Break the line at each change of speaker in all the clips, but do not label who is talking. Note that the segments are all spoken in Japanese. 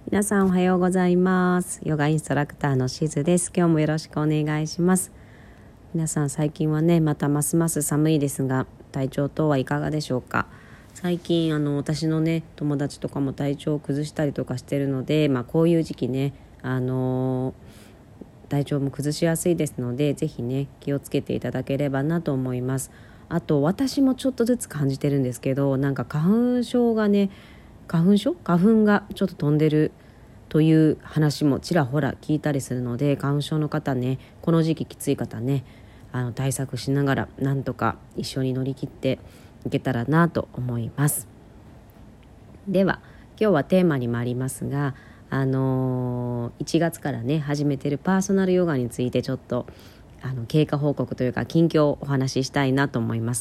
皆さんおはようございます。ヨガインストラクターのしずです。今日もよろしくお願いします。皆さん最近はねまたますます寒いですが、体調等はいかがでしょうか。最近私のね友達とかも体調を崩したりとかしてるので、こういう時期ね体調も崩しやすいですので、ぜひね気をつけていただければなと思います。あと私もちょっとずつ感じてるんですけど、なんか花粉がちょっと飛んでるという話もちらほら聞いたりするので、花粉症の方ね、この時期きつい方ね、対策しながらなんとか一緒に乗り切っていけたらなと思います。では今日はテーマにもありますが、1月からね始めてるパーソナルヨガについてちょっと経過報告というか近況をお話ししたいなと思います。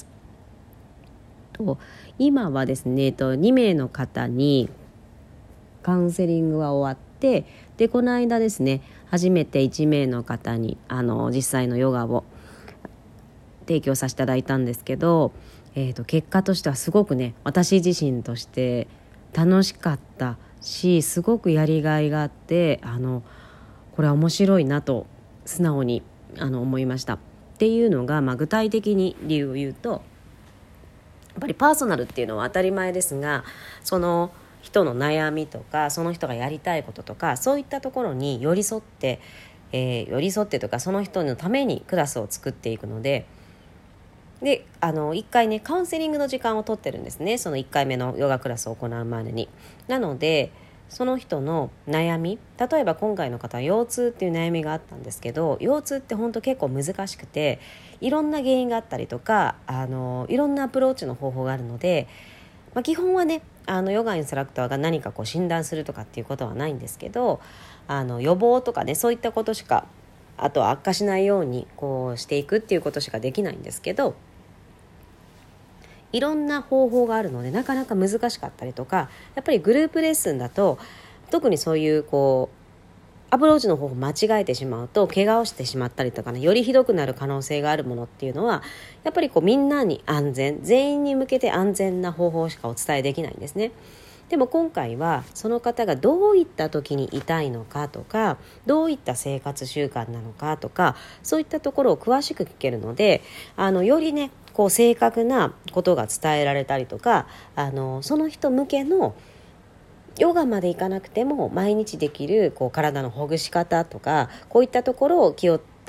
今はですね、2名の方にカウンセリングは終わって、でこの間ですね初めて1名の方に実際のヨガを提供させていただいたんですけど、結果としてはすごくね私自身として楽しかったし、すごくやりがいがあって、これは面白いなと素直に思いました。っていうのが、具体的に理由を言うと、やっぱりパーソナルっていうのは当たり前ですが、その人の悩みとかその人がやりたいこととかそういったところに寄り添ってとかその人のためにクラスを作っていくので、1回ねカウンセリングの時間を取ってるんですね、その1回目のヨガクラスを行う前に。なのでその人の悩み、例えば今回の方は腰痛っていう悩みがあったんですけど、腰痛って本当結構難しくて、いろんな原因があったりとかいろんなアプローチの方法があるので、基本はねヨガインストラクターが何か診断するとかっていうことはないんですけど、予防とかねそういったことしか、あとは悪化しないようにしていくっていうことしかできないんですけど、いろんな方法があるのでなかなか難しかったりとか、やっぱりグループレッスンだと特にそういうアプローチの方法を間違えてしまうと怪我をしてしまったりとかね、よりひどくなる可能性があるものっていうのはやっぱりみんなに全員に向けて安全な方法しかお伝えできないんですね。でも今回はその方がどういった時に痛いのかとか、どういった生活習慣なのかとか、そういったところを詳しく聞けるので、よりね正確なことが伝えられたりとか、その人向けのヨガまでいかなくても毎日できる体のほぐし方とか、こういったところを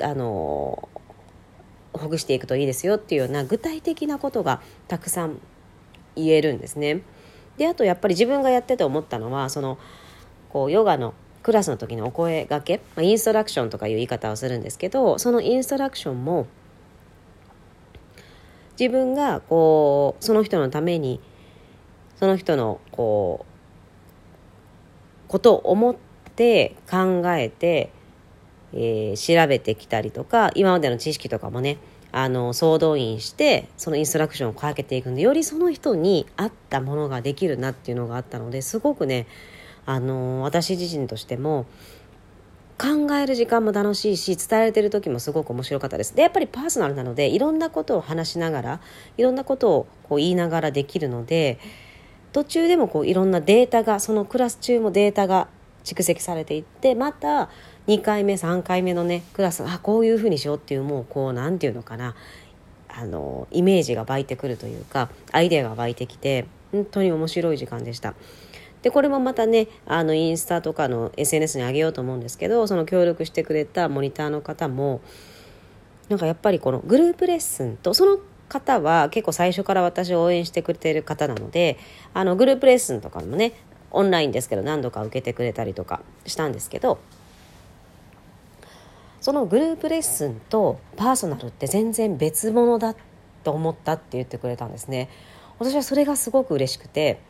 ほぐしていくといいですよっていうような具体的なことがたくさん言えるんですね。であとやっぱり自分がやってて思ったのは、ヨガのクラスの時のお声掛け、インストラクションとかいう言い方をするんですけど、そのインストラクションも自分がその人のためにその人のことを思って考えて、調べてきたりとか、今までの知識とかもね総動員してそのインストラクションをかけていくので、よりその人に合ったものができるなっていうのがあったので、すごくね私自身としても考える時間も楽しいし、伝えられてる時もすごく面白かったです。でやっぱりパーソナルなのでいろんなことを話しながら、いろんなことを言いながらできるので、途中でもいろんなデータが、そのクラス中もデータが蓄積されていって、また2回目3回目のねクラス、こういうふうにしようっていう、もうなんていうのかな、イメージが湧いてくるというか、アイデアが湧いてきて本当に面白い時間でした。でこれもまたねインスタとかの SNS に上げようと思うんですけど、その協力してくれたモニターの方もなんかやっぱりこのグループレッスンと、その方は結構最初から私を応援してくれている方なので、グループレッスンとかもねオンラインですけど何度か受けてくれたりとかしたんですけど、そのグループレッスンとパーソナルって全然別物だと思ったって言ってくれたんですね。私はそれがすごく嬉しくて、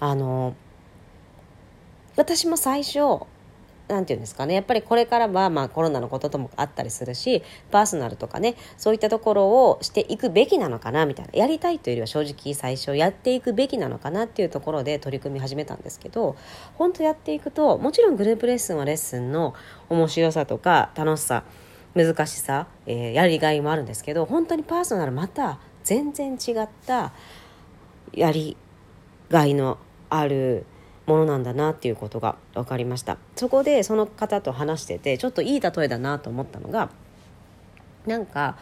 私も最初なんていうんですかね、やっぱりこれからはコロナのことともあったりするし、パーソナルとかねそういったところをしていくべきなのかなみたいな、やりたいというよりは正直最初やっていくべきなのかなっていうところで取り組み始めたんですけど、本当やっていくともちろんグループレッスンはレッスンの面白さとか楽しさ、難しさ、やりがいもあるんですけど、本当にパーソナルまた全然違ったやりがいのあるものなんだなっていうことが分かりました。そこでその方と話しててちょっといい例えだなと思ったのが、なんか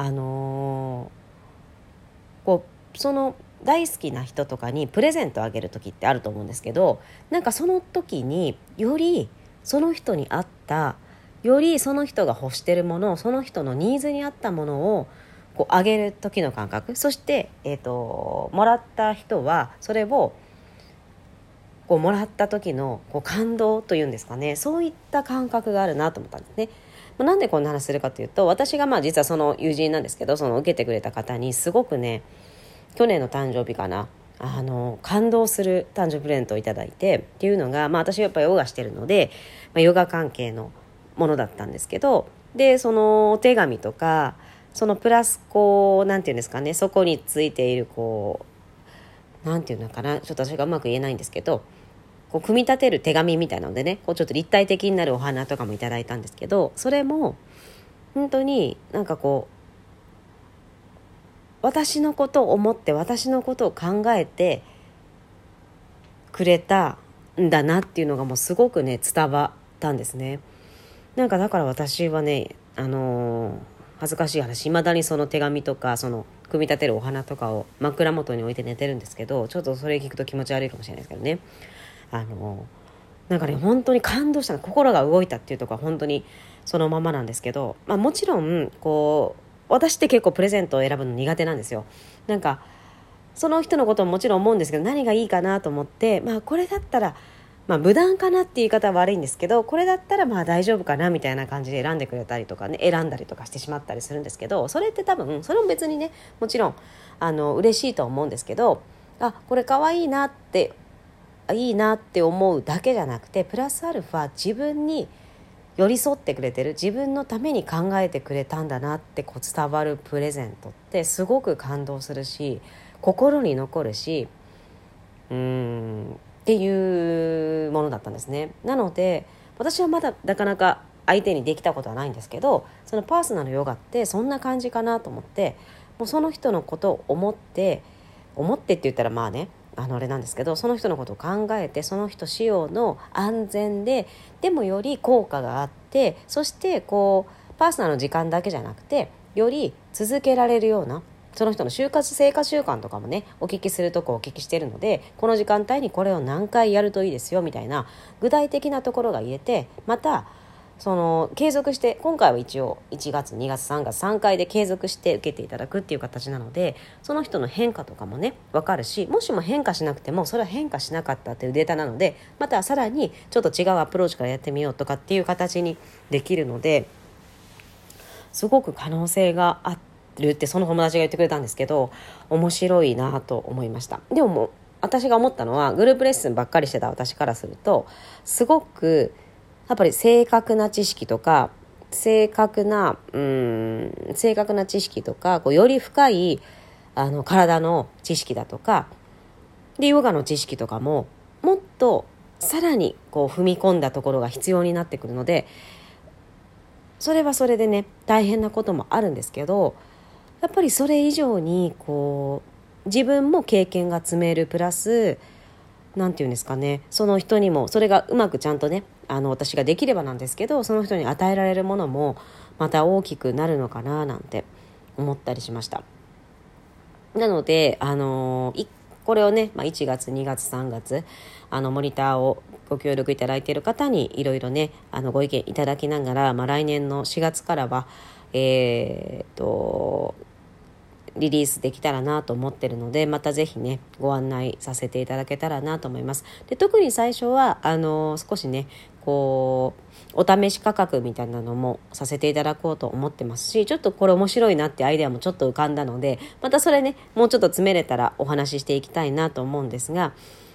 その大好きな人とかにプレゼントあげる時ってあると思うんですけど、なんかその時によりその人に合った、よりその人が欲してるもの、その人のニーズに合ったものをあげる時の感覚、そして、もらった人はそれをもらった時の感動というんですかね、そういった感覚があるなと思ったんですね。なんでこんな話するかというと、私が実はその友人なんですけど、その受けてくれた方にすごくね、去年の誕生日かな、感動する誕生日プレゼントをいただいてっていうのが、私はやっぱりヨガしてるので、ヨガ関係のものだったんですけど、でそのお手紙とか、そのプラスなんていうんですかね、そこについているなんていうのかな、ちょっと私がうまく言えないんですけど、組み立てる手紙みたいなのでね、ちょっと立体的になるお花とかもいただいたんですけど、それも本当になんか私のことを思って、私のことを考えてくれたんだなっていうのがもうすごくね伝わったんですね。だから私はね、恥ずかしい話、未だにその手紙とかその組み立てるお花とかを枕元に置いて寝てるんですけど、ちょっとそれ聞くと気持ち悪いかもしれないですけどね、本当に感動したの、心が動いたっていうところは本当にそのままなんですけど、もちろん私って結構プレゼントを選ぶの苦手なんですよ。その人のことももちろん思うんですけど、何がいいかなと思って、これだったら無難かなっていう言い方は悪いんですけど、これだったら大丈夫かなみたいな感じで選んでくれたりとかね、選んだりとかしてしまったりするんですけど、それって多分それも別にね、もちろん嬉しいと思うんですけど、これ可愛いなっていいなって思うだけじゃなくて、プラスアルファ自分に寄り添ってくれてる、自分のために考えてくれたんだなって伝わるプレゼントってすごく感動するし、心に残るし、っていうものだったんですね。なので私はまだなかなか相手にできたことはないんですけど、そのパーソナルヨガってそんな感じかなと思って、もうその人のことを思ってって言ったらあれなんですけど、その人のことを考えて、その人仕様の安全でもより効果があって、そしてパーソナルの時間だけじゃなくてより続けられるような、その人の生活習慣とかもね、お聞きするとこお聞きしているので、この時間帯にこれを何回やるといいですよみたいな具体的なところが言えて、また継続して、今回は一応1月2月3月3回で継続して受けていただくっていう形なので、その人の変化とかもね分かるし、もしも変化しなくてもそれは変化しなかったっていうデータなので、またさらにちょっと違うアプローチからやってみようとかっていう形にできるので、すごく可能性があるってその友達が言ってくれたんですけど、面白いなと思いました。でも私が思ったのは、グループレッスンばっかりしてた私からすると、すごくやっぱり正確な知識とか正確な知識とか、より深い体の知識だとかで、ヨガの知識とかももっとさらに踏み込んだところが必要になってくるので、それはそれでね大変なこともあるんですけど、やっぱりそれ以上に自分も経験が積める、プラスなんていうんですかね、その人にもそれがうまくちゃんとね私ができればなんですけど、その人に与えられるものもまた大きくなるのかななんて思ったりしました。なのでこれをね、1月2月3月モニターをご協力いただいている方にいろいろねご意見いただきながら、来年の4月からはリリースできたらなと思ってるので、またぜひねご案内させていただけたらなと思います。で、特に最初は少しねお試し価格みたいなのもさせていただこうと思ってますし、ちょっとこれ面白いなってアイデアもちょっと浮かんだので、またそれねもうちょっと詰めれたらお話ししていきたいなと思うんですが、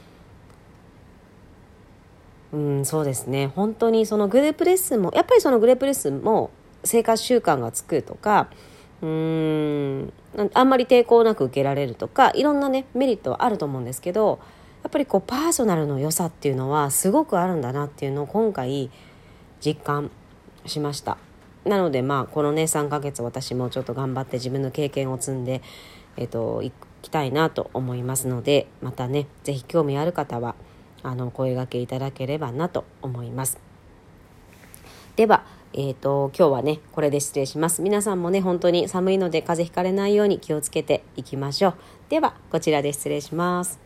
そうですね、本当にそのグループレッスンもやっぱりそのグループレッスンも生活習慣がつくとか、あんまり抵抗なく受けられるとか、いろんなねメリットはあると思うんですけど、やっぱりパーソナルの良さっていうのはすごくあるんだなっていうのを今回実感しました。なのでこのね3ヶ月私もちょっと頑張って自分の経験を積んでいきたいなと思いますので、またねぜひ興味ある方は声掛けいただければなと思います。では、今日はねこれで失礼します。皆さんもね本当に寒いので風邪ひかれないように気をつけていきましょう。ではこちらで失礼します。